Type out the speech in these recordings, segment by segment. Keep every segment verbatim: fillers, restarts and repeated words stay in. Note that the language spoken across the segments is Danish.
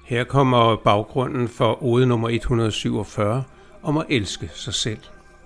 Her kommer baggrunden for ode nummer et hundrede syvogfyrre om at elske sig selv.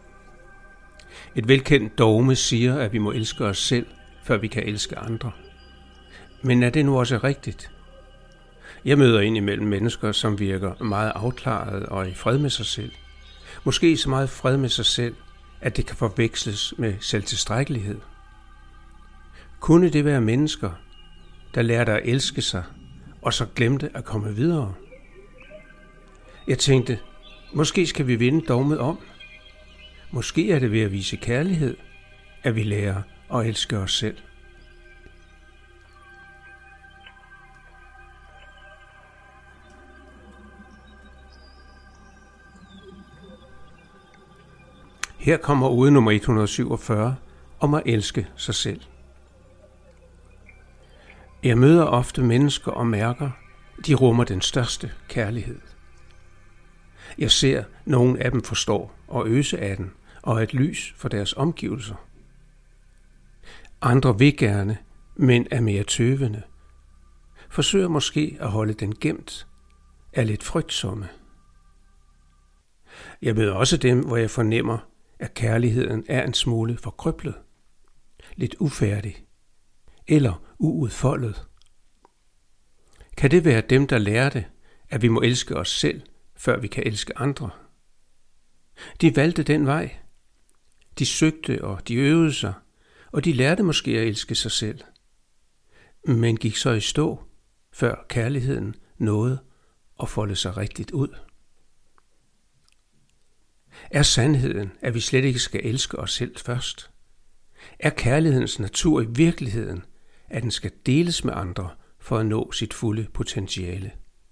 Et velkendt dogme siger, at vi må elske os selv, før vi kan elske andre. Men er det nu også rigtigt? Jeg møder indimellem mennesker, som virker meget afklaret og i fred med sig selv. Måske så meget fred med sig selv, at det kan forveksles med selvtilstrækkelighed. Kunne det være mennesker, der lærte at elske sig, og så glemte at komme videre? Jeg tænkte, måske skal vi vende dogmet om. Måske er det ved at vise kærlighed, at vi lærer at elske os selv. Her kommer ode nummer et hundrede syvogfyrre om at elske sig selv. Jeg møder ofte mennesker og mærker, de rummer den største kærlighed. Jeg ser, nogle af dem forstår at øse af den og er et lys for deres omgivelser. Andre vil gerne, men er mere tøvende. Forsøger måske at holde den gemt, er lidt frygtsomme. Jeg møder også dem, hvor jeg fornemmer, at kærligheden er en smule forkrøblet, lidt ufærdig eller uudfoldet. Kan det være dem, der lærte, at vi må elske os selv, før vi kan elske andre? De valgte den vej. De søgte og de øvede sig, og de lærte måske at elske sig selv. Men gik så i stå, før kærligheden nåede at folde sig rigtigt ud. Er sandheden, at vi slet ikke skal elske os selv først? Er kærlighedens natur i virkeligheden, at den skal deles med andre for at nå sit fulde potentiale?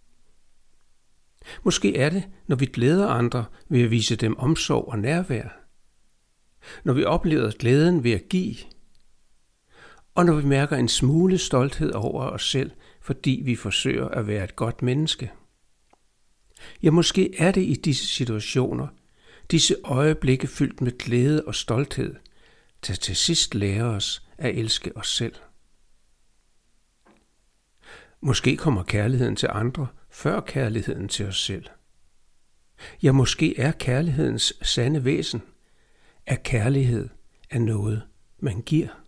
Måske er det, når vi glæder andre ved at vise dem omsorg og nærvær. Når vi oplever glæden ved at give. Og når vi mærker en smule stolthed over os selv, fordi vi forsøger at være et godt menneske. Ja, måske er det i disse situationer, disse øjeblikke fyldt med glæde og stolthed, der til sidst lærer os at elske os selv. Måske kommer kærligheden til andre før kærligheden til os selv. Ja, måske er kærlighedens sande væsen, at kærlighed er noget, man giver.